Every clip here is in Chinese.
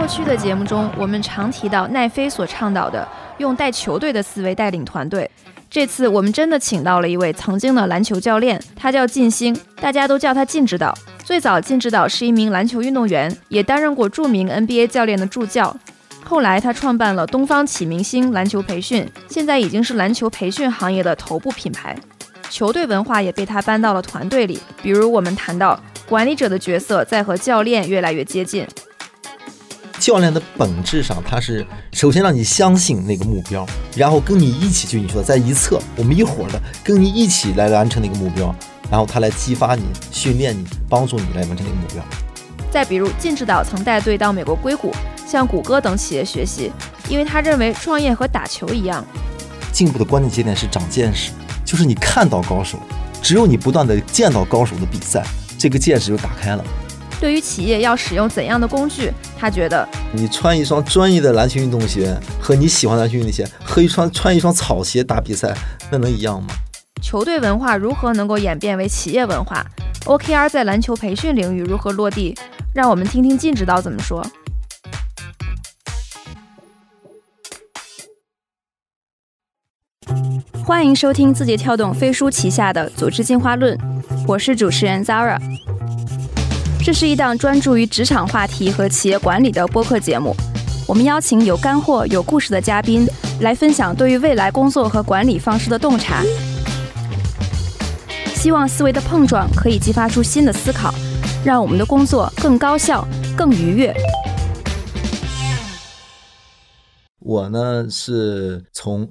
过去的节目中，我们常提到奈飞所倡导的用带球队的思维带领团队。这次我们真的请到了一位曾经的篮球教练，他叫靳星，大家都叫他靳指导。最早靳指导是一名篮球运动员，也担任过著名 NBA 教练的助教。后来他创办了东方启明星篮球培训，现在已经是篮球培训行业的头部品牌。球队文化也被他搬到了团队里，比如我们谈到管理者的角色在和教练越来越接近。 教练的本质上，他是首先让你相信那个目标，然后跟你一起，就你说的在一侧，我们一伙的跟你一起来完成那个目标，然后他来激发你、训练你、帮助你来完成那个目标。 再比如靳指导曾带队到美国硅谷，向谷歌等企业学习，因为他认为创业和打球一样， 进步的关键节点是长见识，就是你看到高手，只有你不断的见到高手的比赛，这个见识就打开了。 对于企业要使用怎样的工具，他觉得你穿一双专业的篮球运动鞋和你喜欢的篮球运动鞋和穿一双草鞋打比赛，那能一样吗？ 球队文化如何能够演变为企业文化？ OKR 在篮球培训领域如何落地？让我们听听靳指导怎么说。欢迎收听字节跳动飞书旗下的组织进化论，我是主持人 Zara。这是一档专注于职场话题和企业管理的播客节目，我们邀请有干货、有故事的嘉宾来分享对于未来工作和管理方式的洞察，希望思维的碰撞可以激发出新的思考，让我们的工作更高效、更愉悦。 我呢是从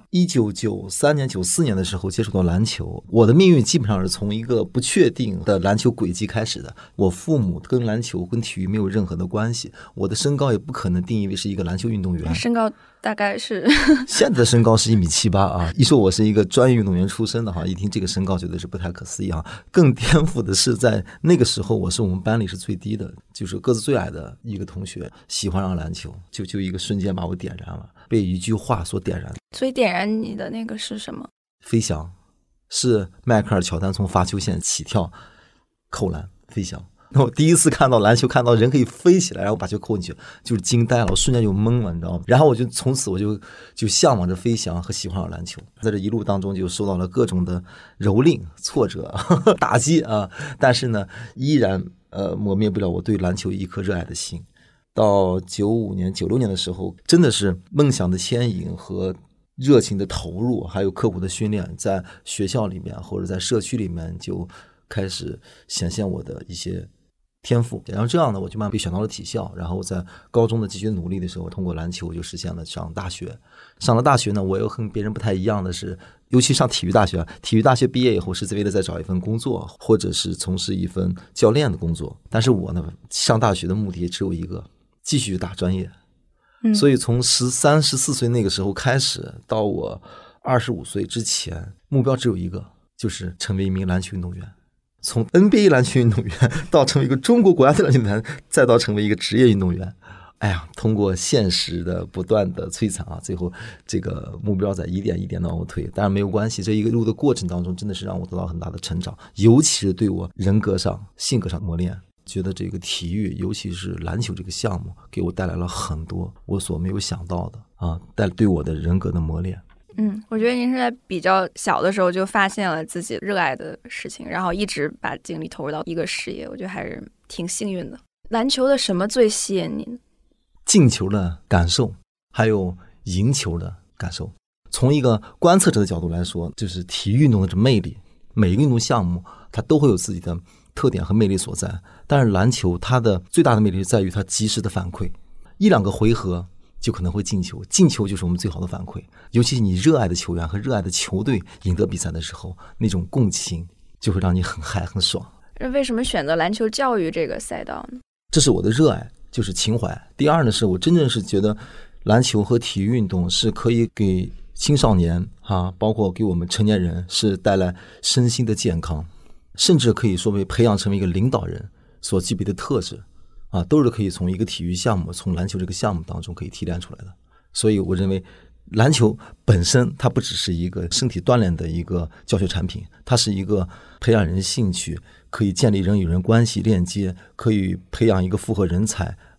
1993年、94年的时候接触到篮球，我的命运基本上是从一个不确定的篮球轨迹开始的。我父母跟篮球、跟体育没有任何的关系，我的身高也不可能定义为是一个篮球运动员。 身高大概是现在的身高是1.78米啊！一说我是一个专业运动员出身的哈，一听这个身高绝对是不太可思议啊！更颠覆的是，在那个时候我是我们班里是最低的，就是个子最矮的一个同学，喜欢上篮球，就一个瞬间把我点燃了，被一句话所点燃。 所以点燃你的那个是什么？ 飞翔，是迈克尔乔丹从罚球线起跳扣篮飞翔。我第一次看到篮球，看到人可以飞起来，然后把球扣进去，就是惊呆了，我瞬间就懵了，你知道吗？然后我就从此我就向往着飞翔和喜欢上篮球。在这一路当中就受到了各种的蹂躏、挫折、打击啊，但是呢，依然磨灭不了我对篮球一颗热爱的心。到95年、96年的时候，真的是梦想的牵引和热情的投入，还有刻苦的训练，在学校里面或者在社区里面就开始显现我的一些天赋。然后这样呢，我就慢慢被选到了体校，然后在高中的继续努力的时候，通过篮球就实现了上大学。上了大学呢，我又和别人不太一样的是，尤其上体育大学，体育大学毕业以后是为了再找一份工作，或者是从事一份教练的工作。但是我呢，上大学的目的只有一个，继续打专业。所以从13、14岁那个时候开始，到我25岁之前，目标只有一个，就是成为一名篮球运动员。从 NBA 篮球运动员到成为一个中国国家队篮球运动员，再到成为一个职业运动员。哎呀，通过现实的不断的摧残啊，最后这个目标在一点一点的往后推。当然没有关系，这一个路的过程当中，真的是让我得到很大的成长，尤其是对我人格上、性格上磨练。觉得这个体育，尤其是篮球这个项目，给我带来了很多我所没有想到的啊，对我的人格的磨练。 我觉得您是在比较小的时候就发现了自己热爱的事情，然后一直把精力投入到一个事业，我觉得还是挺幸运的。篮球的什么最吸引您？ 进球的感受，还有赢球的感受。从一个观测者的角度来说，就是体育运动的这魅力，每个运动项目它都会有自己的特点和魅力所在，但是篮球它的最大的魅力在于它及时的反馈，1-2个回合就可能会进球，进球就是我们最好的反馈。尤其是你热爱的球员和热爱的球队赢得比赛的时候，那种共情就会让你很嗨很爽。 为什么选择篮球教育这个赛道呢？ 这是我的热爱，就是情怀。第二呢，是我真正是觉得篮球和体育运动是可以给青少年包括给我们成年人是带来身心的健康，甚至可以说为培养成为一个领导人所具备的特质都是可以从一个体育项目，从篮球这个项目当中可以提炼出来的。所以我认为篮球本身它不只是一个身体锻炼的一个教学产品，它是一个培养人兴趣，可以建立人与人关系链接，可以培养一个复合人才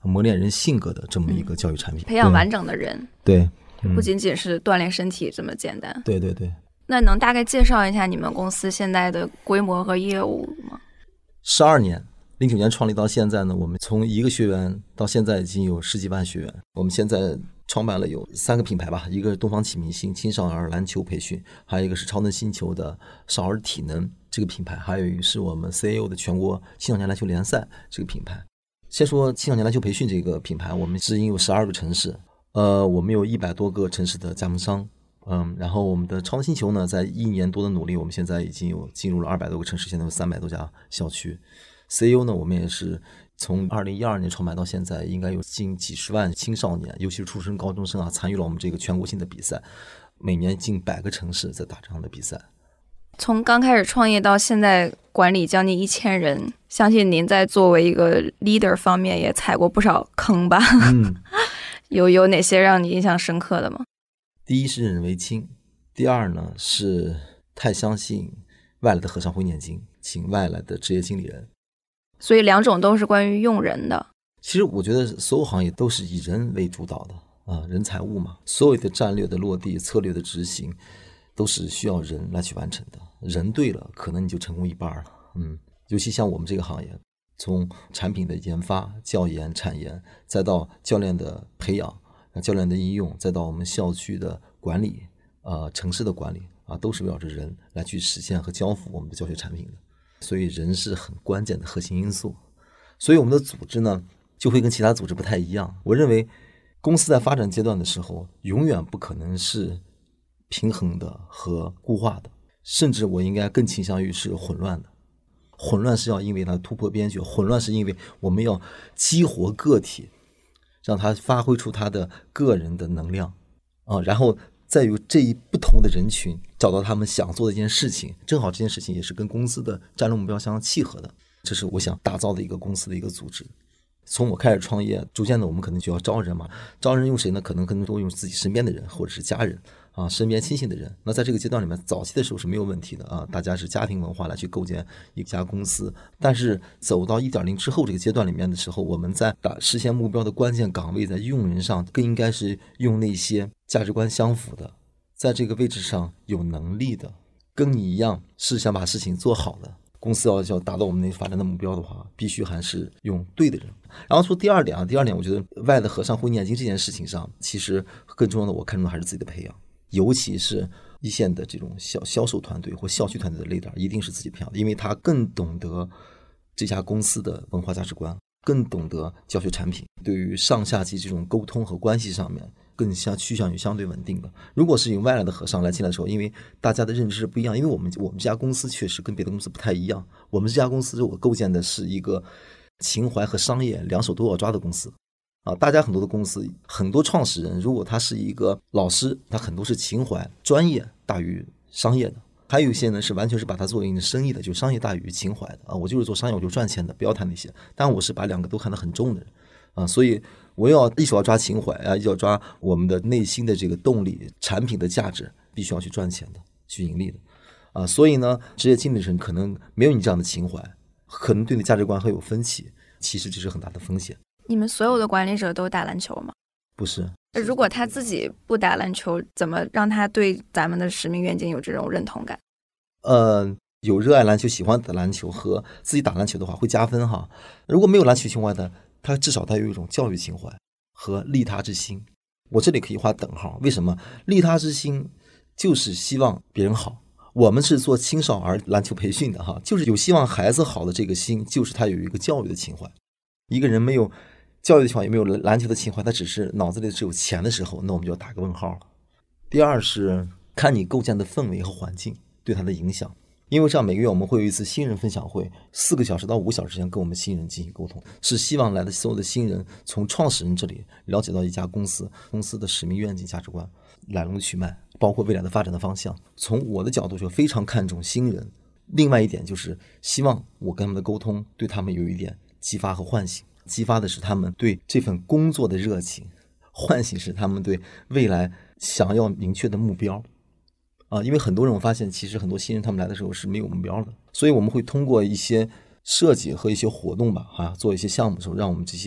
磨练人性格的这么一个教育产品， 培养完整的人。 对， 不仅仅是锻炼身体这么简单。 对对对。 那能大概介绍一下你们公司现在的规模和业务吗 ？12年，09年创立到现在呢，我们从1个学员到现在已经有10几万学员。我们现在创办了有3个品牌吧，一个是东方启明星青少儿篮球培训，还有一个是超能星球的少儿体能这个品牌，还有一个是我们 CAO 的全国青少年篮球联赛这个品牌。先说青少年篮球培训这个品牌，我们是因有12个城市，我们有100多个城市的加盟商。然后我们的超能星球呢，在1年多的努力，我们现在已经有进入了200多个城市，现在有300多家校区。CAO 呢，我们也是从2012年创办到现在，应该有近几十万青少年，尤其是初生高中生啊，参与了我们这个全国性的比赛，每年近100个城市在打这样的比赛。 从刚开始创业到现在管理将近1000人，相信您在作为一个 leader 方面也踩过不少坑吧？有哪些让你印象深刻的吗？ 第一是任人唯亲，第二呢是太相信外来的和尚会念经，请外来的职业经理人。 所以2种都是关于用人的。 其实我觉得所有行业都是以人为主导的人财物嘛，所有的战略的落地、策略的执行都是需要人来去完成的。人对了，可能你就成功一半了。尤其像我们这个行业，从产品的研发、教研、产研，再到教练的培养、教练的应用，再到我们校区的管理、城市的管理都是围绕着人来去实现和交付我们的教学产品的。所以人是很关键的核心因素。所以我们的组织呢，就会跟其他组织不太一样。我认为公司在发展阶段的时候，永远不可能是平衡的和固化的，甚至我应该更倾向于是混乱的。混乱是要因为它突破边界，混乱是因为我们要激活个体，让他发挥出他的个人的能量然后再有这一不同的人群找到他们想做的一件事情，正好这件事情也是跟公司的战略目标相契合的。这是我想打造的一个公司的一个组织。从我开始创业，逐渐的我们可能就要招人嘛，招人用谁呢？可能更多用自己身边的人或者是家人身边亲信的人。那在这个阶段里面，早期的时候是没有问题的大家是家庭文化来去构建一家公司。但是走到 1.0 之后这个阶段里面的时候，我们在实现目标的关键岗位，在用人上更应该是用那些价值观相符的，在这个位置上有能力的，跟你一样是想把事情做好的。公司要达到我们那发展的目标的话，必须还是用对的人。然后说第二点我觉得外的和尚会念经这件事情上，其实更重要的我看重的还是自己的培养，尤其是一线的这种销售团队或校区团队的 leader， 一定是自己培养的，因为他更懂得这家公司的文化价值观，更懂得教学产品，对于上下级这种沟通和关系上面更趋向于相对稳定的。如果是用外来的和尚来进来的时候，因为大家的认知是不一样，因为我们这家公司确实跟别的公司不太一样，我们这家公司我构建的是一个情怀和商业两手都要抓的公司大家很多的公司，很多创始人如果他是一个老师，他很多是情怀专业大于商业的，还有一些呢是完全是把它作为一个生意的，就是商业大于情怀的我就是做商业我就赚钱的，不要谈那些。但我是把两个都看得很重的人所以我一手要抓情怀要抓我们的内心的这个动力，产品的价值必须要去赚钱的，去盈利的所以呢，职业经理人可能没有你这样的情怀，可能对你的价值观会有分歧，其实这是很大的风险。 你们所有的管理者都打篮球吗？ 不是。 如果他自己不打篮球，怎么让他对咱们的使命愿景有这种认同感？ 有热爱篮球喜欢打篮球和自己打篮球的话会加分如果没有篮球情怀的，他至少他有一种教育情怀和利他之心。我这里可以画等号，为什么？利他之心就是希望别人好，我们是做青少儿篮球培训的就是有希望孩子好的这个心，就是他有一个教育的情怀。一个人没有教育的情怀，也没有篮球的情怀，他只是脑子里只有钱的时候，那我们就要打个问号了。第二是看你构建的氛围和环境对他的影响，因为这样每个月我们会有一次新人分享会，4个小时到5小时间跟我们新人进行沟通，是希望来的所有的新人从创始人这里了解到一家公司的使命愿景价值观，来龙去脉，包括未来的发展的方向。从我的角度就非常看重新人。另外一点就是希望我跟他们的沟通对他们有一点激发和唤醒，激发的是他们对这份工作的热情，唤醒是他们对未来想要明确的目标因为很多人我发现其实很多新人他们来的时候是没有目标的，所以我们会通过一些设计和一些活动吧做一些项目的时候，让我们这些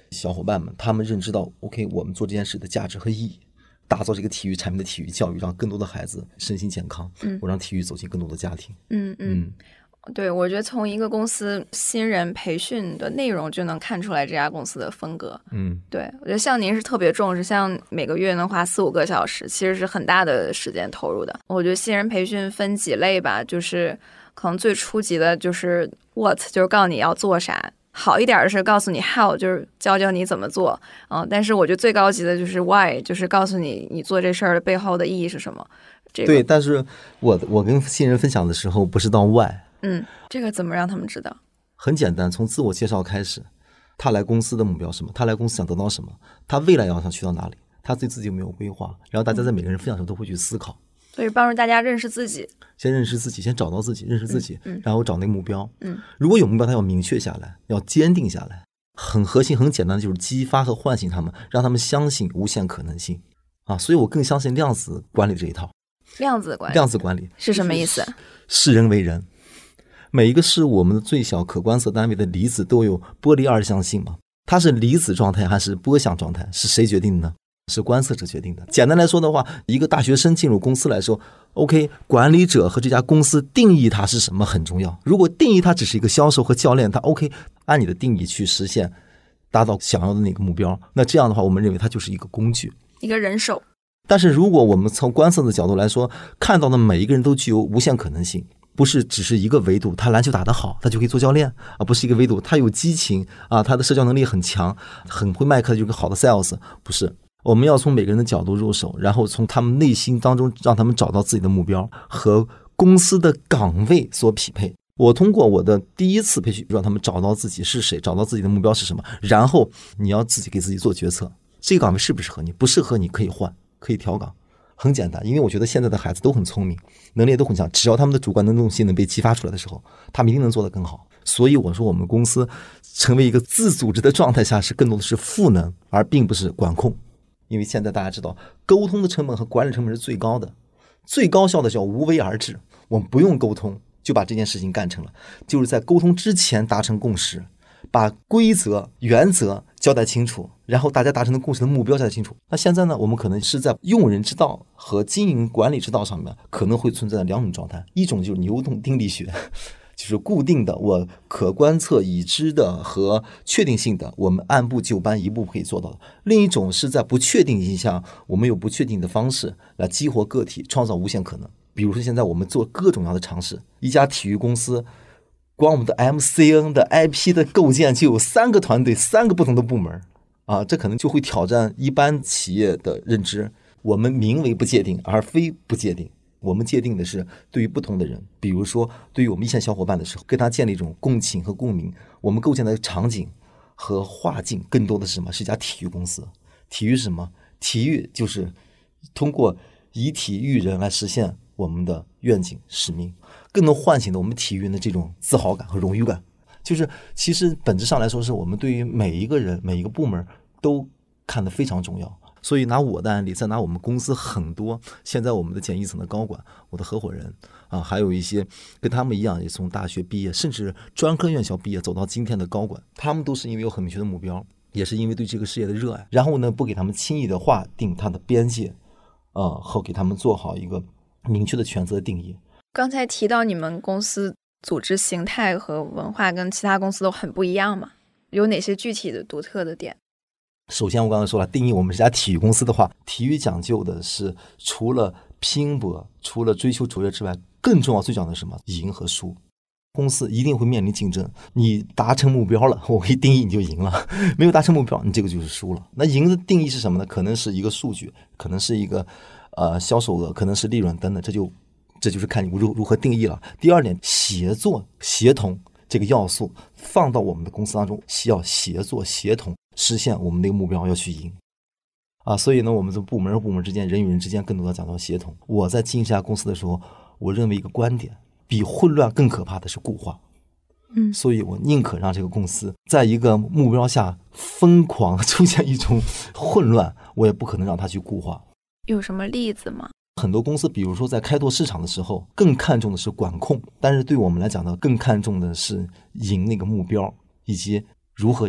小伙伴们，他们认知到 OK 我们做这件事的价值和意义，打造这个体育产品的体育教育，让更多的孩子身心健康，我让体育走进更多的家庭。 对，我觉得从一个公司新人培训的内容就能看出来这家公司的风格。对，我觉得像您是特别重视，像每个月能花4-5个小时，其实是很大的时间投入的。我觉得新人培训分几类吧，就是可能最初级的就是 what， 就是告诉你要做啥。好一点的是告诉你 how， 就是教教你怎么做。但是我觉得最高级的就是 why， 就是告诉你做这事儿的背后的意义是什么。 对，但是我跟新人分享的时候不是到 why。 这个怎么让他们知道？ 很简单，从自我介绍开始，他来公司的目标是什么？他来公司想得到什么？他未来想去到哪里？他对自己有没有规划？然后大家在每个人分享的时候都会去思考， 所以帮助大家认识自己， 先认识自己，先找到自己，认识自己，然后找那个目标。如果有目标，他要明确下来，要坚定下来。很核心、很简单的就是激发和唤醒他们，让他们相信无限可能性啊！所以我更相信量子管理这一套。量子管理是什么意思？ 视人为人。每一个事物，我们的最小可观测单位的离子都有波粒二象性嘛？它是离子状态还是波象状态？是谁决定的呢？是观测者决定的。简单来说的话，一个大学生进入公司来说 ，OK， 管理者和这家公司定义它是什么很重要。如果定义它只是一个销售和教练，他 OK， 按你的定义去实现，达到想要的那个目标，那这样的话，我们认为它就是一个工具， 一个人手。 但是如果我们从观测的角度来说，看到的每一个人都具有无限可能性。不是只是一个维度，他篮球打得好，他就可以做教练啊；不是一个维度，他有激情啊，他的社交能力很强，很会卖课，就是个好的 sales。不是，我们要从每个人的角度入手，然后从他们内心当中让他们找到自己的目标和公司的岗位所匹配。我通过我的第一次培训，让他们找到自己是谁，找到自己的目标是什么，然后你要自己给自己做决策，这个岗位适不适合你，不适合你可以换，可以调岗。很简单，因为我觉得现在的孩子都很聪明，能力也都很强，只要他们的主观能动性能被激发出来的时候，他们一定能做得更好。所以我说我们公司成为一个自组织的状态下，是更多的是赋能，而并不是管控。因为现在大家知道，沟通的成本和管理成本是最高的，最高效的叫无为而治，我们不用沟通就把这件事情干成了，就是在沟通之前达成共识，把规则原则交代清楚，然后大家达成的共识的目标交代清楚。那现在呢，我们可能是在用人之道和经营管理之道上面可能会存在两种状态，一种就是牛顿定力学，就是固定的我可观测已知的和确定性的，我们按部就班一步可以做到的。另一种是在不确定性下，我们有不确定的方式来激活个体，创造无限可能。比如说现在我们做各种各样的尝试，一家体育公司光我们的 MCN 的 IP 的构建就有3个团队，3个不同的部门啊，这可能就会挑战一般企业的认知。我们名为不界定，而非不界定。我们界定的是对于不同的人，比如说对于我们一线小伙伴的时候，跟他建立一种共情和共鸣。我们构建的场景和画境更多的是什么？是一家体育公司。体育是什么？体育就是通过以体育人来实现我们的愿景使命，更能唤醒的我们体育人的这种自豪感和荣誉感。就是其实本质上来说，是我们对于每一个人每一个部门都看得非常重要。所以拿我的案例，再拿我们公司很多现在我们的简易层的高管，我的合伙人啊，还有一些跟他们一样也从大学毕业甚至专科院校毕业走到今天的高管，他们都是因为有很明确的目标，也是因为对这个事业的热爱，然后呢不给他们轻易的划定他的边界和给他们做好一个明确的权责定义。 刚才提到你们公司组织形态和文化跟其他公司都很不一样嘛，有哪些具体的独特的点？ 首先我刚才说了，定义我们是家体育公司的话，体育讲究的是除了拼搏，除了追求卓越之外，更重要最重要的是什么？赢和输。公司一定会面临竞争，你达成目标了，我可以定义你就赢了，没有达成目标，你这个就是输了。那赢的定义是什么呢？可能是一个数据，可能是一个销售额，可能是利润等等，这就是看你如何定义了。第二点，协作协同这个要素放到我们的公司当中，需要协作协同实现我们的一个目标，要去赢所以呢，我们的部门和部门之间，人与人之间更多的讲到协同。我在经营这家公司的时候，我认为一个观点，比混乱更可怕的是固化。所以我宁可让这个公司在一个目标下疯狂出现一种混乱，我也不可能让它去固化。 有什么例子吗？ 很多公司比如说在开拓市场的时候更看重的是管控，但是对我们来讲呢，更看重的是赢那个目标以及如何赢。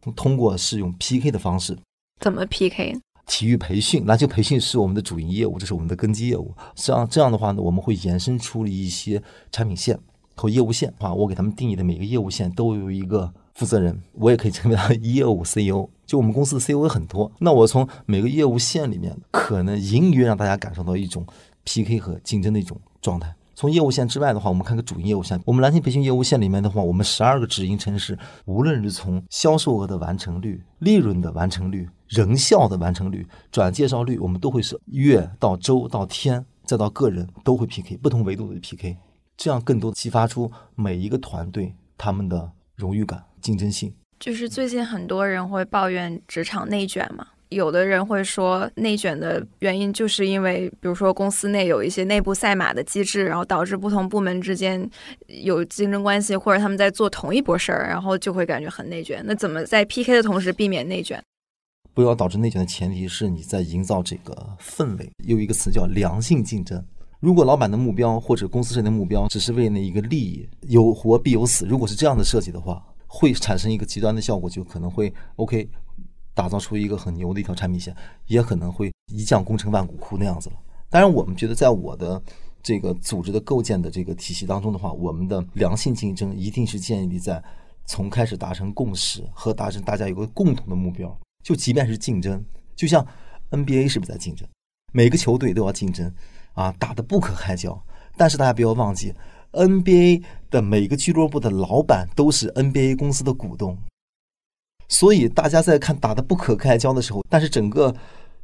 通过是用 PK 的方式。 怎么 PK？ 体育培训、篮球培训是我们的主营业务，这是我们的根基业务。这样的话呢，我们会延伸出一些产品线和业务线啊。我给他们定义的每个业务线都有一个负责人，我也可以称为他业务 CEO。就我们公司的 CEO 很多，那我从每个业务线里面，可能隐约让大家感受到一种 PK 和竞争的一种状态。从业务线之外的话，我们看个主营业务线。我们篮球培训业务线里面的话，我们12个直营城市，无论是从销售额的完成率、利润的完成率、人效的完成率、转介绍率，我们都会是月到周到天再到个人都会 PK， 不同维度的 PK， 这样更多的激发出每一个团队他们的荣誉感、竞争性。 就是最近很多人会抱怨职场内卷嘛。有的人会说内卷的原因就是因为比如说公司内有一些内部赛马的机制，然后导致不同部门之间有竞争关系，或者他们在做同一波事儿，然后就会感觉很内卷。那怎么在 PK 的同时避免内卷？ 不要导致内卷的前提是你在营造这个氛围。有一个词叫良性竞争。如果老板的目标或者公司设定的目标只是为了一个利益，有活必有死，如果是这样的设计的话，会产生一个极端的效果，就可能会 OK打造出一个很牛的一条产品线，也可能会一将功成万骨枯那样子了。当然我们觉得在我的这个组织的构建的这个体系当中的话，我们的良性竞争一定是建立在从开始达成共识和达成大家有个共同的目标。就即便是竞争，就像 NBA 是不是在竞争，每个球队都要竞争啊，打得不可开交。但是大家不要忘记， NBA 的每个俱乐部的老板都是 NBA 公司的股东，所以大家在看打得不可开交的时候，但是整个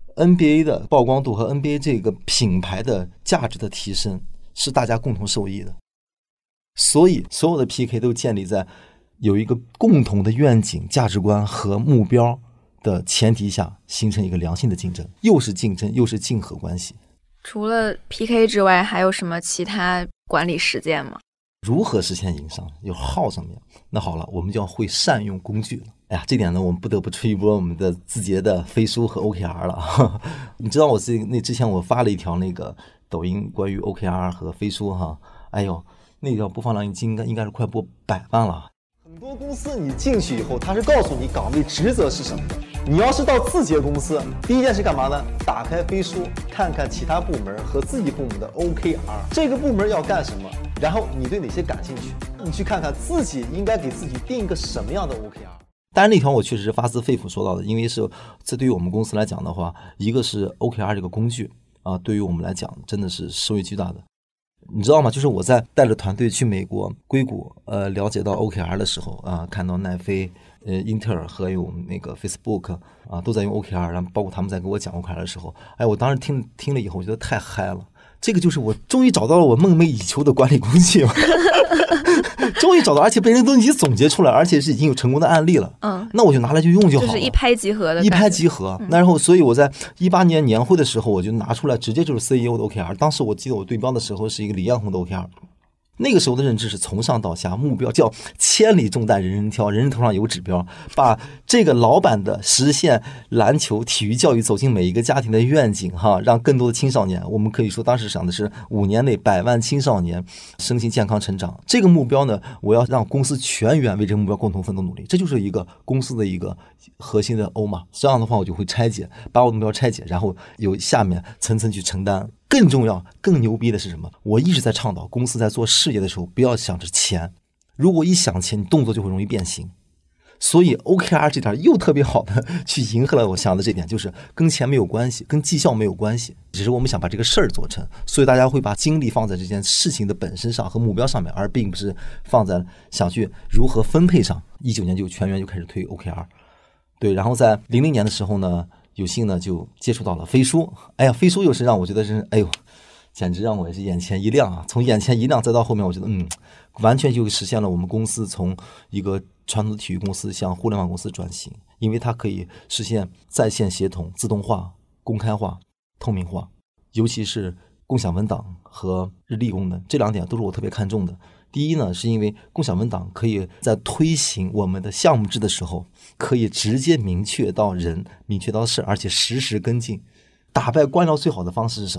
NBA 的曝光度和 NBA 这个品牌的价值的提升是大家共同受益的。所以所有的 PK 都建立在有一个共同的愿景、价值观和目标的前提下，形成一个良性的竞争，又是竞争又是竞合关系。 除了 PK 之外，还有什么其他管理实践吗？ 如何实现营商？有号上面，那好了，我们就要会善用工具了。哎呀，这点呢，我们不得不吹一波我们的字节的飞书和 OKR 了。你知道我之前我发了一条那个抖音关于 OKR 和飞书哈，哎呦，那条播放量应该是快播100万了。 很多公司你进去以后，他是告诉你岗位职责是什么。你要是到字节公司，第一件事干嘛呢？打开飞书，看看其他部门和自己部门的 OKR， 这个部门要干什么，然后你对哪些感兴趣，你去看看自己应该给自己定一个什么样的 OKR。 当然那条我确实是发自肺腑说到的，因为是这对于我们公司来讲的话，一个是 OKR 这个工具啊，对于我们来讲真的是收益巨大的。你知道吗？就是我在带着团队去美国硅谷了解到 OKR 的时候啊，看到奈飞英特尔和有那个 Facebook 啊都在用 OKR， 然后包括他们在给我讲 OKR 的时候，哎，我当时听了以后，我觉得太嗨了。这个就是我终于找到了我梦寐以求的管理工具了。终于找到，而且被人都已经总结出来，而且是已经有成功的案例了。那我就拿来就用就好了， 就是一拍即合的， 一拍即合。然后，所以我在18年年会的时候，我就拿出来，直接就是 CEO 的 OKR。当时我记得我对标的时候是一个李彦宏的 OKR。那个时候的认知是从上到下，目标叫千里重担人人挑，人人头上有指标，把这个老板的实现篮球体育教育走进每一个家庭的愿景哈，让更多的青少年，我们可以说当时想的是5年内100万青少年身心健康成长。这个目标呢，我要让公司全员为这个目标共同奋斗努力，这就是一个公司的一个核心的 O 嘛。这样的话我就会拆解，把我的目标拆解，然后由下面层层去承担。更重要更牛逼的是什么？我一直在倡导公司在做事业的时候不要想着钱，如果一想钱，你动作就会容易变形。所以 OKR 这点又特别好的去迎合了我想的这点，就是跟钱没有关系，跟绩效没有关系，只是我们想把这个事儿做成，所以大家会把精力放在这件事情的本身上和目标上面，而并不是放在想去如何分配上。19年就全员就开始推 OKR， 对，然后在00年的时候呢，有幸呢就接触到了飞书。哎呀，飞书又是让我觉得是哎呦，简直让我也是眼前一亮啊！从眼前一亮再到后面，我觉得完全就实现了我们公司从一个传统的体育公司向互联网公司转型，因为它可以实现在线协同、自动化、公开化、透明化，尤其是共享文档和日历功能，这2点都是我特别看重的。第一呢，是因为共享文档可以在推行我们的项目制的时候，可以直接明确到人，明确到事，而且实时跟进。打败官僚最好的方式是什么？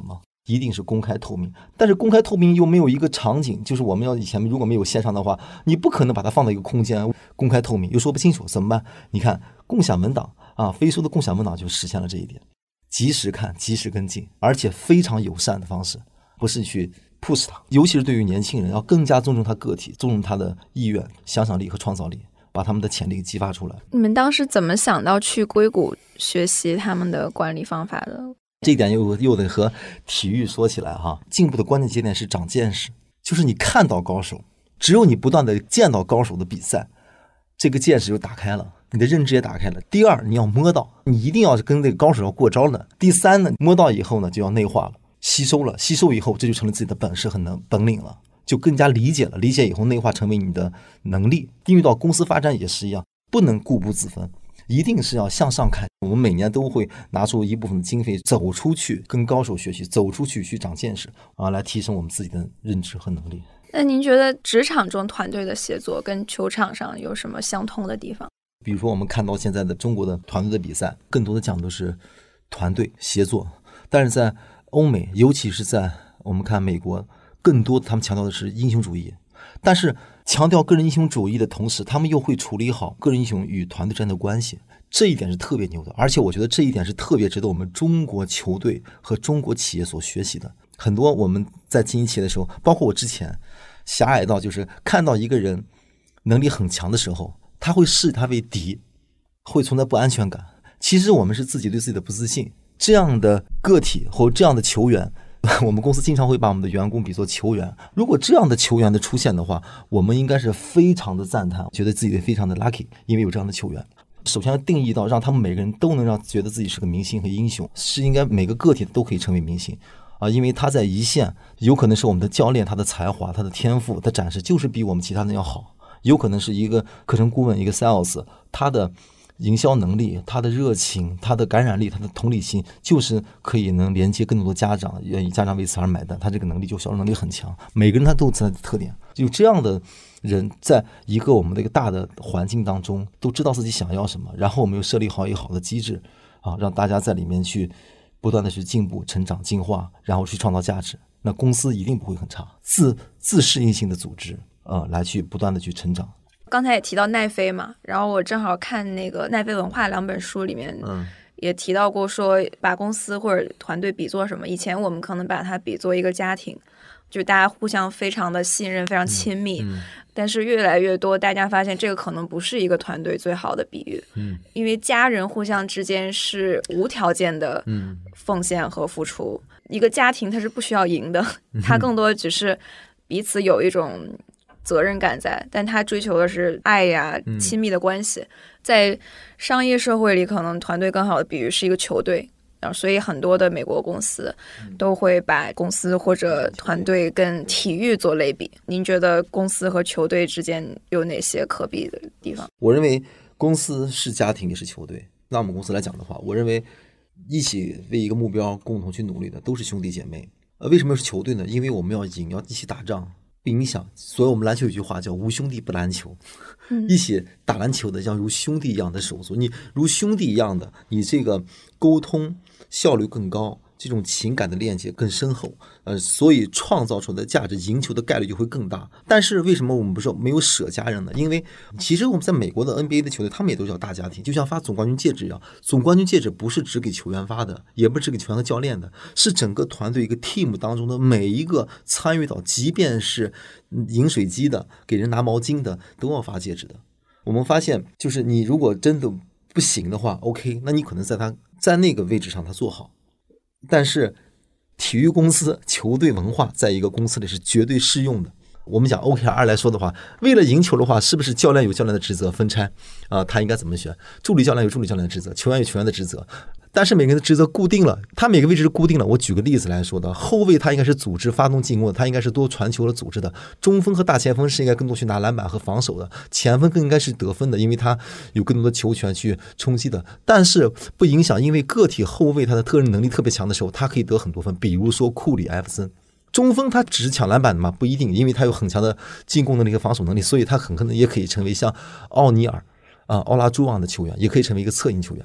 一定是公开透明。但是公开透明又没有一个场景，就是我们要以前如果没有线上的话，你不可能把它放到一个空间公开透明，又说不清楚怎么办？你看共享文档啊，飞书的共享文档就实现了这一点，及时看，及时跟进，而且非常友善的方式，不是去 push 他，尤其是对于年轻人，要更加尊重他个体，尊重他的意愿、想象力和创造力，把他们的潜力激发出来。 你们当时怎么想到去硅谷学习他们的管理方法的？ 这一点又得和体育说起来哈。进步的关键节点是长见识，就是你看到高手，只有你不断的见到高手的比赛，这个见识就打开了，你的认知也打开了。第二，你要摸到，你一定要跟那个高手要过招的。第三呢，摸到以后呢，就要内化了，吸收了，吸收以后，这就成了自己的本事和本领了，就更加理解了，理解以后内化成为你的能力。运用到公司发展也是一样，不能固步自封，一定是要向上看。我们每年都会拿出一部分的经费走出去跟高手学习，走出去去长见识啊，来提升我们自己的认知和能力。 那您觉得职场中团队的协作跟球场上有什么相通的地方？ 比如说我们看到现在的中国的团队的比赛，更多的讲的是团队协作，但是在欧美，尤其是在我们看美国，更多他们强调的是英雄主义。但是强调个人英雄主义的同时，他们又会处理好个人英雄与团队之间的关系，这一点是特别牛的。而且我觉得这一点是特别值得我们中国球队和中国企业所学习的。很多我们在经营企业的时候，包括我之前狭隘到就是看到一个人能力很强的时候，他会视他为敌，会存在不安全感。其实我们是自己对自己的不自信。这样的个体或这样的球员，我们公司经常会把我们的员工比作球员。如果这样的球员的出现的话，我们应该是非常的赞叹，觉得自己非常的 lucky， 因为有这样的球员。首先要定义到让他们每个人都能让觉得自己是个明星和英雄，是应该每个个体都可以成为明星啊，因为他在一线有可能是我们的教练，他的才华、他的天赋的展示就是比我们其他人要好，有可能是一个课程顾问、一个 sales， 他的营销能力、他的热情、他的感染力、他的同理心，就是可以能连接更多的家长，愿意家长为此而买单。他这个能力就销售能力很强，每个人他都有他的特点。有这样的人，在一个我们的一个大的环境当中，都知道自己想要什么，然后我们又设立好一个好的机制啊，让大家在里面去不断的去进步、成长、进化，然后去创造价值。那公司一定不会很差，自适应性的组织来去不断的去成长。 刚才也提到奈飞嘛，然后我正好看那个奈飞文化2本书里面，也提到过说把公司或者团队比作什么。以前我们可能把它比作一个家庭，就大家互相非常的信任，非常亲密。但是越来越多，大家发现这个可能不是一个团队最好的比喻。因为家人互相之间是无条件的奉献和付出，一个家庭它是不需要赢的，它更多只是彼此有一种责任感在，但他追求的是爱呀、亲密的关系。在商业社会里，可能团队更好的比喻是一个球队，然后所以很多的美国公司都会把公司或者团队跟体育做类比。您觉得公司和球队之间有哪些可比的地方？ 我认为公司是家庭也是球队。那我们公司来讲的话，我认为一起为一个目标共同去努力的都是兄弟姐妹。为什么是球队呢？因为我们要赢，要一起打仗。你想，所以我们篮球有句话叫无兄弟不篮球，一起打篮球的要如兄弟一样的手足，你如兄弟一样的，你这个沟通效率更高，这种情感的链接更深厚，所以创造出来的价值，赢球的概率就会更大。但是为什么我们不是没有舍家人呢？因为其实我们在美国的 NBA 的球队，他们也都叫大家庭，就像发总冠军戒指一样，总冠军戒指不是只给球员发的，也不是只给球员和教练的，是整个团队一个 team 当中的每一个参与到，即便是饮水机的、给人拿毛巾的，都要发戒指的。我们发现，就是你如果真的不行的话 ，OK， 那你可能在那个位置上他做好。但是体育公司球队文化在一个公司里是绝对适用的。我们讲 OKR 来说的话，为了赢球的话，是不是教练有教练的职责分拆他应该怎么选，助理教练有助理教练的职责，球员有球员的职责，但是每个人的职责固定了，他每个位置是固定了。我举个例子来说的，后卫他应该是组织发动进攻，他应该是多传球的组织的，中锋和大前锋是应该更多去拿篮板和防守的，前锋更应该是得分的，因为他有更多的球权去冲击的。但是不影响，因为个体后卫他的个人能力特别强的时候，他可以得很多分，比如说库里、艾弗森。中锋他只是抢篮板的吗？不一定，因为他有很强的进攻能力和防守能力，所以他很可能也可以成为像奥尼尔奥拉朱旺的球员，也可以成为一个策应球员。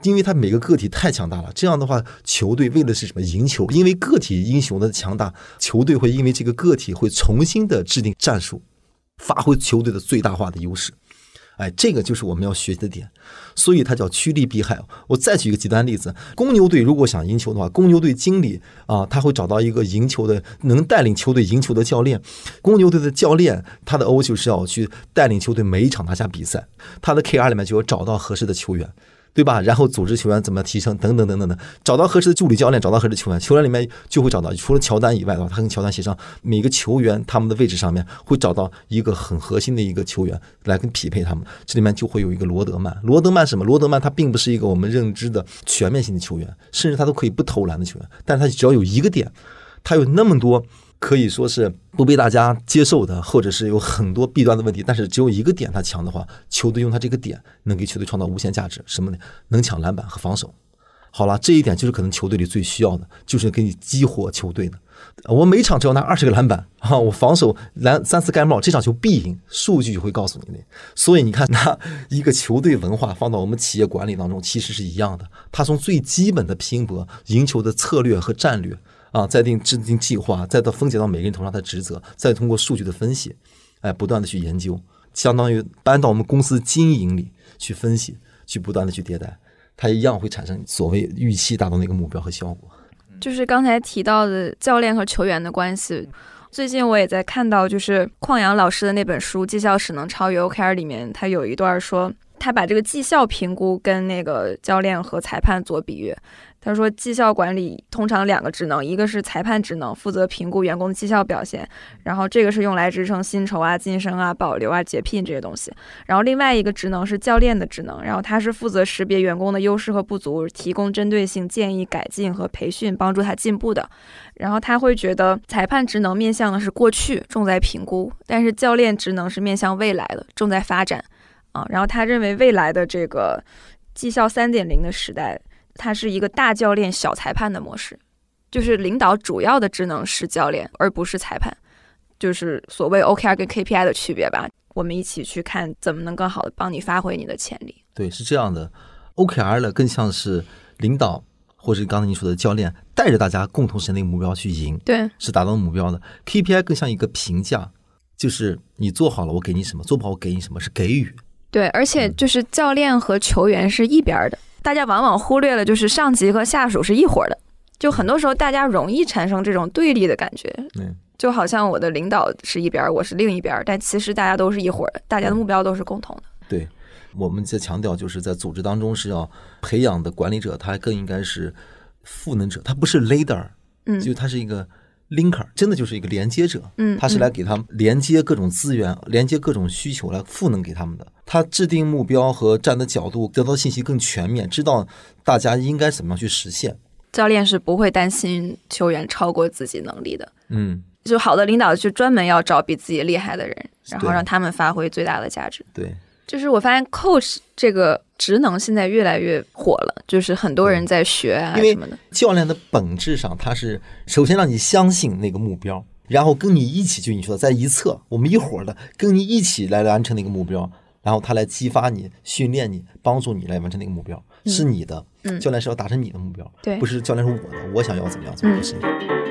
因为他每个个体太强大了，这样的话，球队为的是什么？赢球。因为个体英雄的强大，球队会因为这个个体会重新的制定战术，发挥球队的最大化的优势。这个就是我们要学习的点，所以它叫趋利避害。我再举一个极端例子，公牛队如果想赢球的话，公牛队经理他会找到一个赢球的能带领球队赢球的教练。公牛队的教练他的欧就是要去带领球队每一场拿下比赛，他的 KR 里面就要找到合适的球员，对吧？然后组织球员怎么提升等等等等等，找到合适的助理教练，找到合适的球员，球员里面就会找到除了乔丹以外的话，他跟乔丹协商，每个球员他们的位置上面会找到一个很核心的一个球员来跟匹配他们，这里面就会有一个罗德曼。罗德曼什么？罗德曼他并不是一个我们认知的全面性的球员，甚至他都可以不投篮的球员，但是他只要有一个点，他有那么多可以说是不被大家接受的，或者是有很多弊端的问题，但是只有一个点他强的话，球队用他这个点能给球队创造无限价值。什么呢？能抢篮板和防守。好了，这一点就是可能球队里最需要的，就是给你激活球队的。我每场只要拿20个篮板我防守3次盖帽，这场球必赢，数据就会告诉你的。所以你看，拿一个球队文化放到我们企业管理当中，其实是一样的。他从最基本的拼搏、赢球的策略和战略再制定计划，再到分解到每个人头上的职责，再通过数据的分析，不断的去研究，相当于搬到我们公司经营里去分析，去不断的去迭代，它一样会产生所谓预期达到那个目标和效果。 就是刚才提到的教练和球员的关系，最近我也在看到，就是邝阳老师的那本书《绩效使能超越 OKR》里面，他有一段说，他把这个绩效评估跟那个教练和裁判做比喻。他说绩效管理通常2个职能，一个是裁判职能，负责评估员工的绩效表现，然后这个是用来支撑薪酬晋升保留解聘这些东西，然后另外一个职能是教练的职能，然后他是负责识别员工的优势和不足，提供针对性建议改进和培训，帮助他进步的。然后他会觉得裁判职能面向的是过去，重在评估，但是教练职能是面向未来的，重在发展然后他认为未来的这个绩效 3.0 的时代，它是一个大教练小裁判的模式，就是领导主要的职能是教练而不是裁判，就是所谓 OKR 跟 KPI 的区别吧。我们一起去看怎么能更好的帮你发挥你的潜力。 对，是这样的。OKR 呢更像是领导或是刚才你说的教练带着大家共同实现那个目标去赢， 对， 是达到目标的。 KPI 更像一个评价，就是你做好了我给你什么，做不好我给你什么，是给予。对， 而且就是教练和球员是一边的，大家往往忽略了就是上级和下属是一伙的，就很多时候大家容易产生这种对立的感觉，就好像我的领导是一边，我是另一边，但其实大家都是一伙的，大家的目标都是共同的。 对，我们在强调就是在组织当中是要培养的管理者，他更应该是赋能者，他不是 leader，就他是一个linker， 真的就是一个连接者，他是来给他们连接各种资源，连接各种需求，来赋能给他们的。他制定目标和站的角度，得到信息更全面，知道大家应该怎么样去实现。 教练是不会担心球员超过自己能力的，就好的领导就专门要找比自己厉害的人，然后让他们发挥最大的价值。 对， 就是我发现 coach 这个职能现在越来越火了，就是很多人在学什么的。 因为教练的本质上，他是首先让你相信那个目标，然后跟你一起，就你说的在一侧，我们一伙的跟你一起来完成那个目标，然后他来激发你、训练你、帮助你来完成那个目标，是你的。教练是要达成你的目标，不是教练是我的，我想要怎么样，不是你。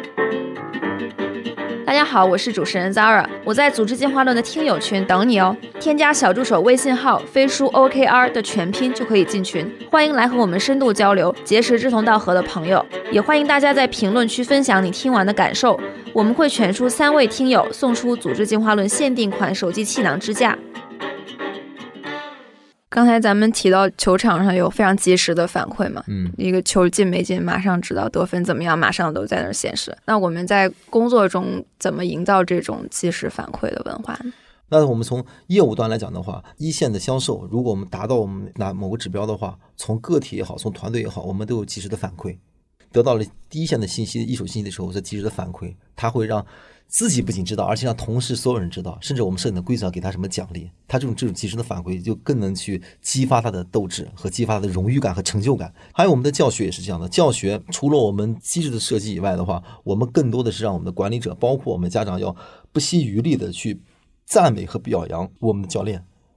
大家好，我是主持人 Zara， 我在组织进化论的听友群等你哦。添加小助手微信号飞书 OKR 的全拼就可以进群，欢迎来和我们深度交流，结识志同道合的朋友。也欢迎大家在评论区分享你听完的感受，我们会选出3位听友送出组织进化论限定款手机气囊支架。刚才咱们提到球场上有非常及时的反馈嘛，一个球进没进马上知道，得分怎么样马上都在那儿显示。那我们在工作中怎么营造这种及时反馈的文化呢？ 那我们从业务端来讲的话，一线的销售，如果我们达到我们拿某个指标的话，从个体也好，从团队也好，我们都有及时的反馈，得到了第一线的信息、一手信息的时候，在及时的反馈，它会让自己不仅知道，而且让同事所有人知道，甚至我们设定的规则要给他什么奖励，他这种及时的反馈就更能去激发他的斗志和激发他的荣誉感和成就感。还有我们的教学也是这样的，教学除了我们机制的设计以外的话，我们更多的是让我们的管理者，包括我们家长，要不惜余力的去赞美和表扬我们的教练，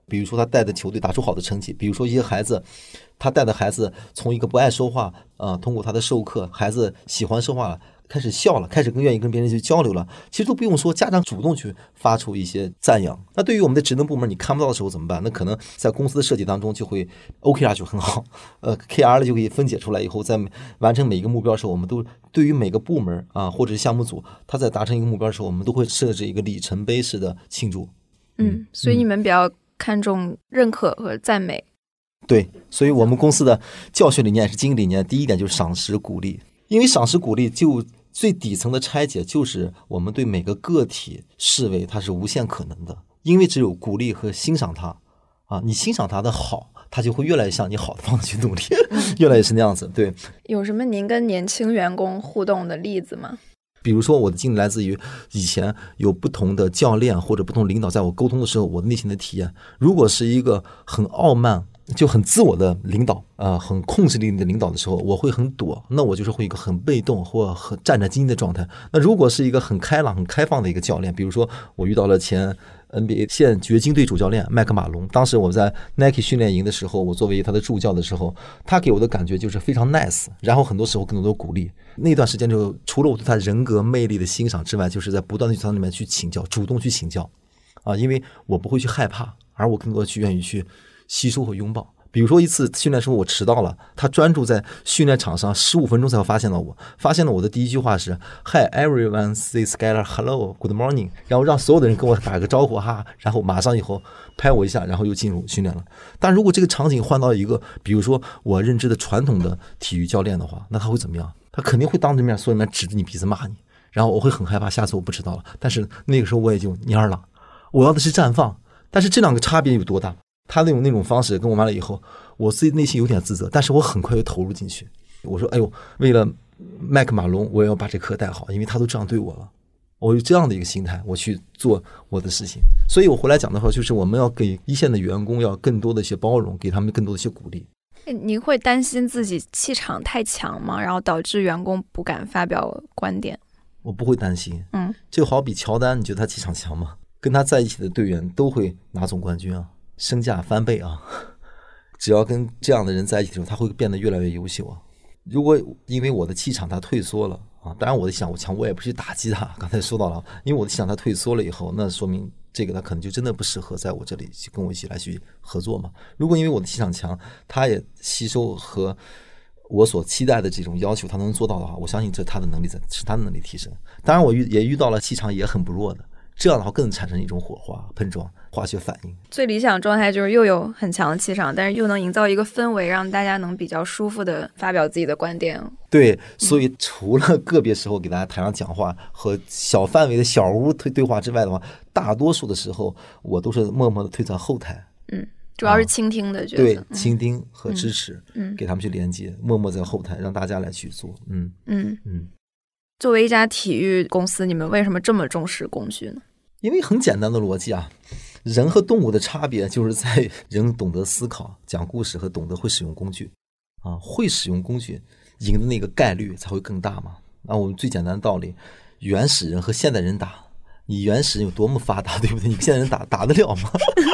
比如说他带的球队打出好的成绩，比如说一些孩子，他带的孩子从一个不爱说话通过他的授课，孩子喜欢说话了，开始笑了，开始更愿意跟别人去交流了，其实都不用说，家长主动去发出一些赞扬。那对于我们的职能部门你看不到的时候怎么办？那可能在公司的设计当中就会 OKR 就很好，KR 就可以分解出来以后，在完成每一个目标的时候，我们都对于每个部门或者是项目组，他在达成一个目标的时候，我们都会设置一个里程碑式的庆祝。 所以你们比较看重认可和赞美。 对，所以我们公司的教学理念是经营理念，第一点就是赏识鼓励，因为赏识鼓励就最底层的拆解就是我们对每个个体视为它是无限可能的，因为只有鼓励和欣赏它你欣赏它的好，它就会越来越向你好的方向去努力越来越是那样子。对， 有什么您跟年轻员工互动的例子吗？ 比如说我的经历来自于以前有不同的教练或者不同领导在我沟通的时候，我的内心的体验，如果是一个很傲慢就很自我的领导很控制力的领导的时候，我会很躲，那我就是会一个很被动或很战战兢兢的状态。那如果是一个很开朗很开放的一个教练，比如说我遇到了前 NBA 现掘金队主教练麦克马龙，当时我在 Nike 训练营的时候，我作为他的助教的时候，他给我的感觉就是非常 nice， 然后很多时候更多的鼓励。那段时间就除了我对他人格魅力的欣赏之外，就是在不断的去他里面去请教，主动去请教因为我不会去害怕，而我更多的去愿意去吸收和拥抱。比如说一次训练时候我迟到了，他专注在训练场上15分钟才会发现了我，发现了我的第一句话是 Hi everyone, this is Skylar, hello, good morning， 然后让所有的人跟我打个招呼然后马上以后拍我一下，然后又进入训练了。但如果这个场景换到一个比如说我认知的传统的体育教练的话，那他会怎么样？他肯定会当着面所有人指着你鼻子骂你，然后我会很害怕，下次我不迟到了。但是那个时候我也就蔫了，我要的是绽放。但是这两个差别有多大？他那种方式跟我完了以后，我自己内心有点自责，但是我很快又投入进去。我说哎呦，为了麦克马龙我也要把这课带好，因为他都这样对我了，我有这样的一个心态，我去做我的事情。所以我回来讲的话，就是我们要给一线的员工要更多的一些包容，给他们更多的一些鼓励。 您会担心自己气场太强吗？然后导致员工不敢发表观点？ 我不会担心，就好比乔丹，你觉得他气场强吗？跟他在一起的队员都会拿总冠军身价翻倍只要跟这样的人在一起的时候，他会变得越来越优秀如果因为我的气场他退缩了当然我的气场我强，我也不去打击他，刚才说到了，因为我的气场他退缩了以后，那说明这个他可能就真的不适合在我这里跟我一起来去合作嘛。如果因为我的气场强，他也吸收和我所期待的这种要求他能做到的话，我相信这他的能力是他的能力提升。当然我也遇到了气场也很不弱的，这样的话更产生一种火花碰撞化学反应。 最理想状态就是又有很强的气场，但是又能营造一个氛围，让大家能比较舒服的发表自己的观点。 对，所以除了个别时候给大家台上讲话和小范围的小屋对话之外的话，大多数的时候我都是默默的退在后台。 主要是倾听的角色。 对，倾听和支持，给他们去连接，默默在后台让大家来去做。 作为一家体育公司，你们为什么这么重视工具呢？ 因为很简单的逻辑人和动物的差别就是在人懂得思考、讲故事和懂得会使用工具会使用工具赢的那个概率才会更大嘛。我们最简单的道理，原始人和现代人打，你原始人有多么发达，对不对？你现代人打得了吗？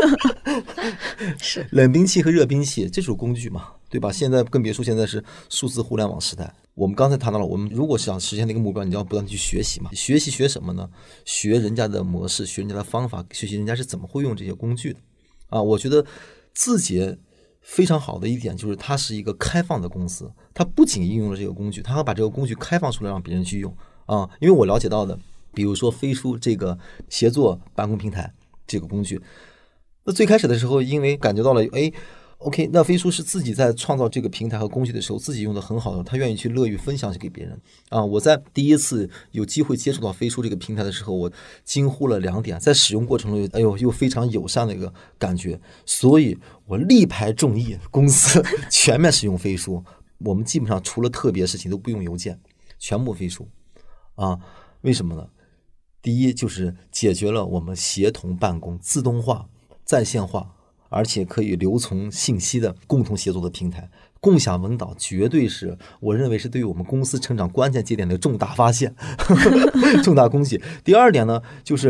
是冷兵器和热兵器，这种工具嘛，对吧？现在更别说现在是数字互联网时代。我们刚才谈到了，我们如果想实现那个目标，你要不断去学习嘛。学什么呢？学人家的模式，学人家的方法，学习人家是怎么会用这些工具的我觉得字节非常好的一点就是它是一个开放的公司，它不仅应用了这个工具，它还把这个工具开放出来让别人去用因为我了解到的，比如说飞书这个协作办公平台这个工具，那最开始的时候因为感觉到了OK， 那飞书是自己在创造这个平台和工具的时候自己用的很好的，他愿意去乐于分享给别人我在第一次有机会接触到飞书这个平台的时候，我惊呼了2点，在使用过程中又非常友善的一个感觉，所以我力排众议，公司全面使用飞书，我们基本上除了特别事情都不用邮件，全部飞书为什么呢？第一就是解决了我们协同办公、自动化、在线化，而且可以留存信息的共同协作的平台。共享文档绝对是我认为是对于我们公司成长关键节点的重大发现重大贡献。第二点呢，就是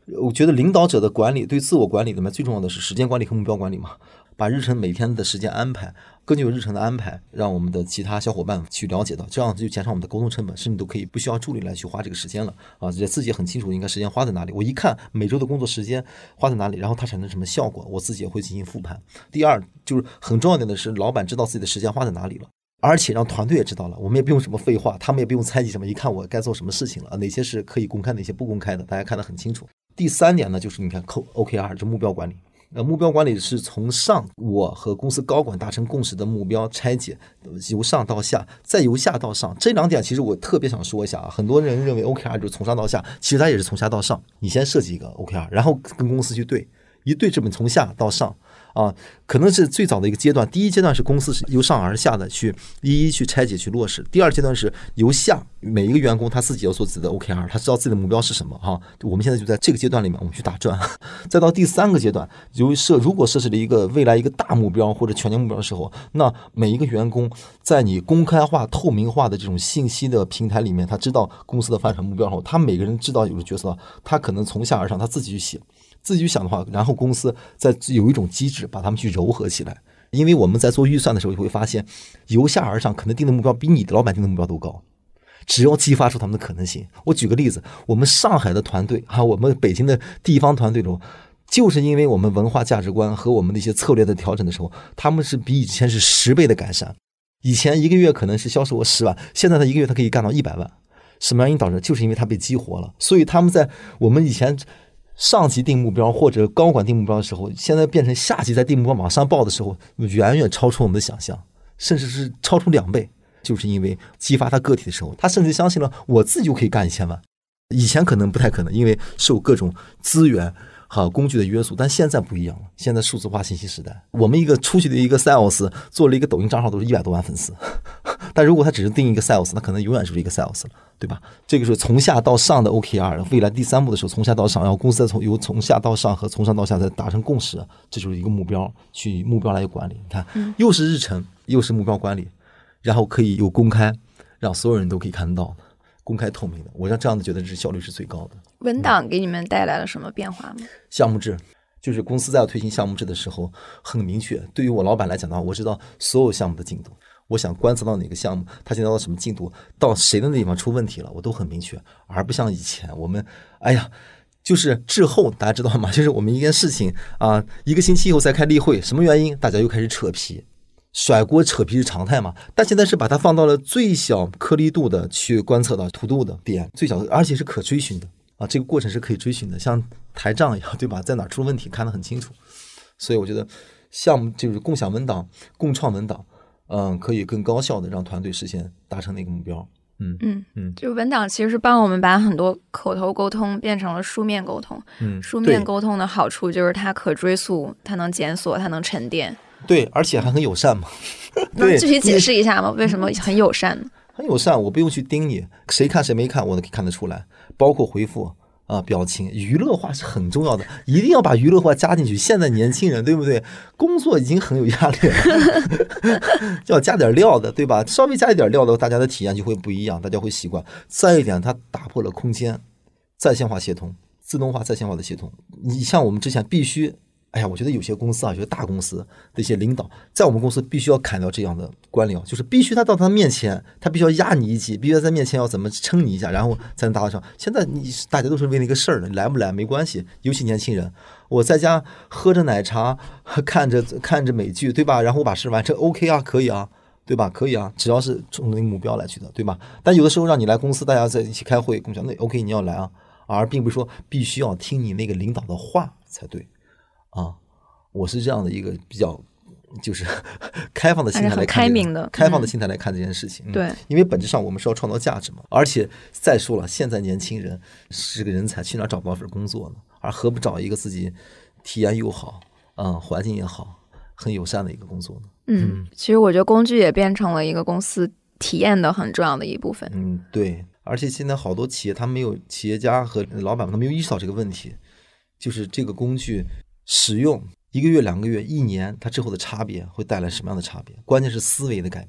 我觉得领导者的管理对自我管理里面最重要的是时间管理和目标管理嘛，把日程每天的时间安排，根据日程的安排，让我们的其他小伙伴去了解到，这样就减少我们的沟通成本，甚至都可以不需要助理来去花这个时间了啊，自己也很清楚应该时间花在哪里。我一看每周的工作时间花在哪里，然后它产生什么效果，我自己也会进行复盘。第二，就是很重要的是，老板知道自己的时间花在哪里了。而且让团队也知道了，我们也不用什么废话，他们也不用猜忌什么，一看我该做什么事情了，哪些是可以公开，哪些不公开的，大家看得很清楚。第三点呢，就是你看 OKR 就目标管理。目标管理是从上我和公司高管达成共识的目标拆解，由上到下，再由下到上。这两点其实我特别想说一下啊，很多人认为 OKR 就是从上到下，其实它也是从下到上。你先设计一个 OKR， 然后跟公司去对，一对这本从下到上。可能是最早的一个阶段。第一阶段是公司是由上而下的去一一去拆解去落实，第二阶段是由下每一个员工他自己要做自己的 OKR， 他知道自己的目标是什么哈。我们现在就在这个阶段里面我们去打转。再到第三个阶段，如果设置了一个未来一个大目标或者全年目标的时候，那每一个员工在你公开化透明化的这种信息的平台里面，他知道公司的发展目标后，他每个人知道有个角色，他可能从下而上他自己去写，自己去想的话，然后公司再有一种机制把他们去糅合起来。因为我们在做预算的时候，就会发现由下而上可能定的目标比你的老板定的目标都高，只要激发出他们的可能性。我举个例子，我们上海的团队我们北京的地方团队中，就是因为我们文化价值观和我们的一些策略的调整的时候，他们是比以前是10倍的改善。以前一个月可能是销售额10万，现在他一个月他可以干到100万。什么原因导致？就是因为他被激活了。所以他们在我们以前上级定目标或者高管定目标的时候，现在变成下级在定目标往上报的时候，远远超出我们的想象，甚至是超出2倍。就是因为激发他个体的时候，他甚至相信了我自己就可以干1000万。以前可能不太可能，因为受各种资源工具的约束，但现在不一样了。现在数字化信息时代，我们一个出去的一个 sales 做了一个抖音账号都是100多万粉丝，但如果他只是定一个 sales， 那可能永远就是一个 sales 了，对吧？这个是从下到上的 OKR， 未来第3步的时候从下到上，然后公司再由从下到上和从上到下再达成共识，这就是一个目标，去目标来管理。你看，又是日程，又是目标管理，然后可以有公开，让所有人都可以看得到的，公开透明的。我让这样的觉得是效率是最高的。 文档给你们带来了什么变化吗？ 项目制，就是公司在要推行项目制的时候很明确。对于我老板来讲的话，我知道所有项目的进度，我想观测到哪个项目它现在到什么进度，到谁的地方出问题了，我都很明确。而不像以前我们就是滞后，大家知道吗？就是我们一件事情1个星期以后再开例会，什么原因大家又开始扯皮，甩锅扯皮是常态嘛。但现在是把它放到了最小颗粒度的去观测到图度的点，最小的，而且是可追寻的这个过程是可以追寻的，像台账一样，对吧？在哪出了问题看得很清楚。所以我觉得项目就是共享文档、共创文档，可以更高效的让团队实现达成那个目标。 就文档其实是帮我们把很多口头沟通变成了书面沟通。书面沟通的好处就是它可追溯，它能检索，它能沉淀。对， 而且还很友善嘛。 能具体解释一下吗？为什么很友善呢？ 很友善，我不用去盯你，谁看谁没看，我都可以看得出来。包括回复表情，娱乐化是很重要的，一定要把娱乐化加进去。现在年轻人，对不对？工作已经很有压力了，要加点料的，对吧？稍微加一点料的，大家的体验就会不一样，大家会习惯。再一点，它打破了空间在线化协同、自动化在线化的协同。你像我们之前必须。我觉得有些公司有些大公司的一些领导，在我们公司必须要砍掉这样的官僚，就是必须他到他面前，他必须要压你一级，必须在面前要怎么撑你一下，然后才能达到上。现在大家都是为了一个事儿的，你来不来没关系，尤其年轻人，我在家喝着奶茶，看着美剧，对吧？然后我把事完成 ，OK 可以对吧？可以只要是冲着那个目标来去的，对吧？但有的时候让你来公司，大家在一起开会，共享那 OK 你要来而并不是说必须要听你那个领导的话才对。我是这样的一个比较就是开放的心态来看，开放的心态来看这件事情。 对， 因为本质上我们是要创造价值嘛。而且再说了，现在年轻人是个人才，去哪找不到份工作呢？而何不找一个自己体验又好，环境也好，很友善的一个工作呢？ 其实我觉得工具也变成了一个公司体验的很重要的一部分。 对。而且现在好多企业，他没有企业家和老板，他没有意识到这个问题，就是这个工具使用1个月、2个月、1年，它之后的差别会带来什么样的差别？关键是思维的改变。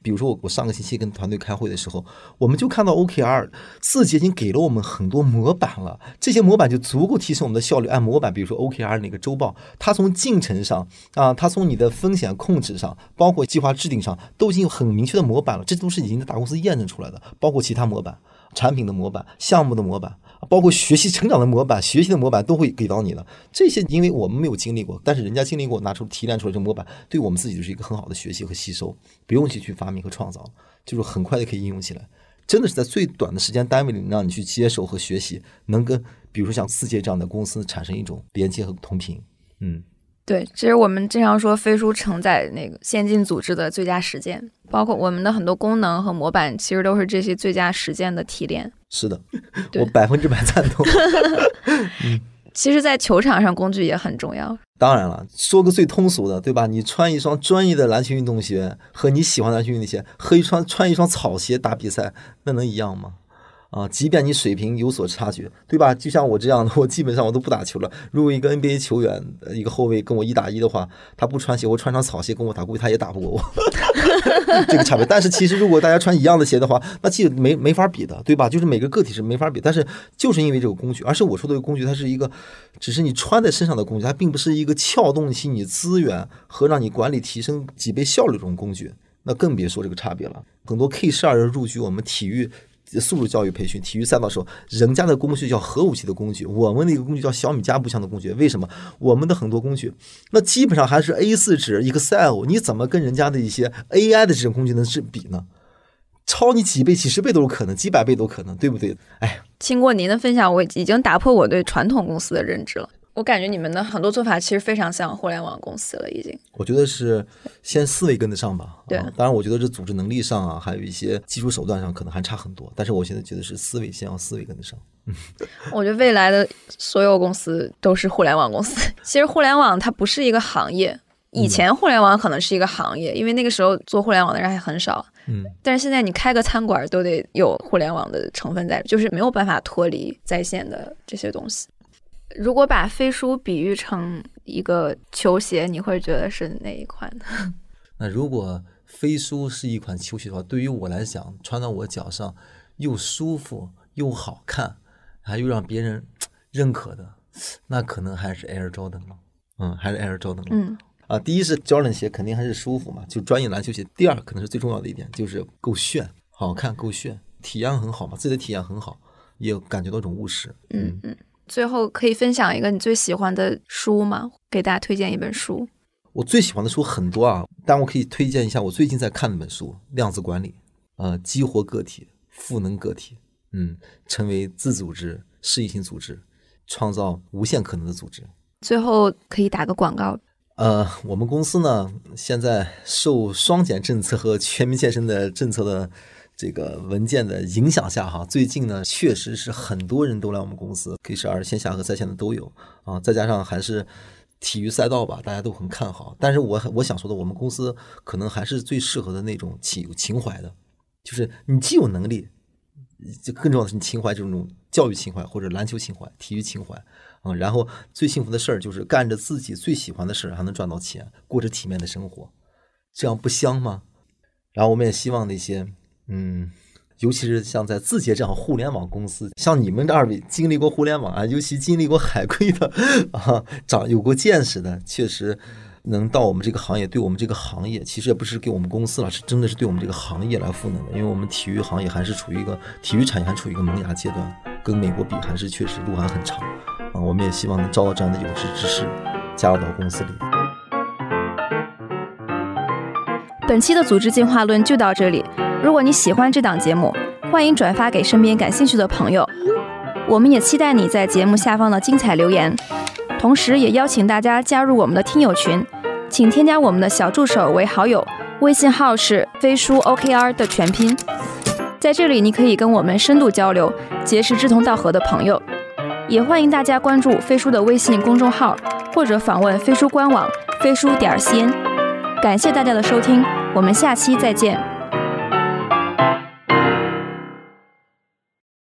比如说我上个星期跟团队开会的时候，我们就看到 OKR 字节已经给了我们很多模板了，这些模板就足够提升我们的效率。按模板，比如说 OKR 那个周报，它从进程上啊，它从你的风险控制上，包括计划制定上，都已经有很明确的模板了，这都是已经在大公司验证出来的，包括其他模板。产品的模板、项目的模板，包括学习成长的模板、学习的模板都会给到你的。这些因为我们没有经历过，但是人家经历过，拿出提炼出来这模板，对我们自己就是一个很好的学习和吸收，不用去发明和创造，就是很快就可以应用起来。真的是在最短的时间单位里让你去接受和学习，能跟比如说像字节这样的公司产生一种连接和同频。 对，其实我们经常说飞书承载那个先进组织的最佳实践，包括我们的很多功能和模板其实都是这些最佳实践的提炼。 是的，我100%赞同。 其实在球场上工具也很重要。 当然了，说个最通俗的，对吧？你穿一双专业的篮球运动鞋和你喜欢的篮球运动鞋和穿一双草鞋打比赛，那能一样吗？即便你水平有所差距，对吧？就像我这样的，我基本上我都不打球了。如果一个 NBA 球员，一个后卫跟我1打1的话，他不穿鞋，我穿上草鞋跟我打，估计他也打不过我。这个差别。但是其实如果大家穿一样的鞋的话，那其实没法比的，对吧？就是每个个体是没法比，但是就是因为这个工具，而是我说的工具，它是一个只是你穿在身上的工具，它并不是一个撬动起你资源和让你管理提升几倍效率这种工具，那更别说这个差别了。很多 K12人入局我们体育素质教育培训体育赛道的时候，人家的工具叫核武器的工具，我们的一个工具叫小米加步枪的工具。为什么我们的很多工具那基本上还是 A4 纸 Excel， 你怎么跟人家的一些 AI 的这种工具能比呢？超你几倍几十倍都有可能，几百倍都可能，对不对？ 经过您的分享，我已经打破我对传统公司的认知了。我感觉你们的很多做法其实非常像互联网公司了，已经。 我觉得是先思维跟得上吧。 对， 当然我觉得这组织能力上啊，还有一些技术手段上可能还差很多，但是我现在觉得是先要思维跟得上。 我觉得未来的所有公司都是互联网公司。其实互联网它不是一个行业，以前互联网可能是一个行业，因为那个时候做互联网的人还很少。但是现在你开个餐馆都得有互联网的成分在，就是没有办法脱离在线的这些东西。如果把飞书比喻成一个球鞋，你会觉得是哪一款呢？ 那如果飞书是一款球鞋的话，对于我来讲，穿到我脚上又舒服又好看，还又让别人认可的，那可能还是 Air Jordan 了。还是 Air Jordan 了。第一是 Jordan 鞋肯定还是舒服嘛，就专业篮球鞋。第二可能是最重要的一点，就是够炫，好看，够炫，体验很好嘛，自己的体验很好，也感觉到一种务实。 最后可以分享一个你最喜欢的书吗？给大家推荐一本书。 我最喜欢的书很多啊，但我可以推荐一下我最近在看的本书《量子管理》。激活个体，赋能个体，成为自组织、适应性组织，创造无限可能的组织。 最后可以打个广告。 我们公司呢，现在受双减政策和全民健身的政策的这个文件的影响下哈，最近呢确实是很多人都来我们公司 K12 线下和在线的都有啊，再加上还是体育赛道吧，大家都很看好。但是我想说的，我们公司可能还是最适合的那种有情怀的，就是你既有能力，就更重要的是你情怀，这种教育情怀或者篮球情怀、体育情怀然后最幸福的事儿就是干着自己最喜欢的事儿，还能赚到钱，过着体面的生活，这样不香吗？然后我们也希望那些尤其是像在字节这样互联网公司，像你们这二位经历过互联网啊，尤其经历过海归的有过见识的，确实能到我们这个行业，对我们这个行业其实也不是给我们公司了，是真的是对我们这个行业来赋能的。因为我们体育行业还是处于一个体育产业还处于一个萌芽阶段，跟美国比还是确实路还很长我们也希望能招到这样的有志之士加入到公司里。 本期的组织进化论就到这里。如果你喜欢这档节目，欢迎转发给身边感兴趣的朋友。我们也期待你在节目下方的精彩留言，同时也邀请大家加入我们的听友群，请添加我们的小助手为好友，微信号是飞书 OKR 的全拼。在这里你可以跟我们深度交流，结识志同道合的朋友。也欢迎大家关注飞书的微信公众号，或者访问飞书官网飞书.cn。感谢大家的收听，我们下期再见。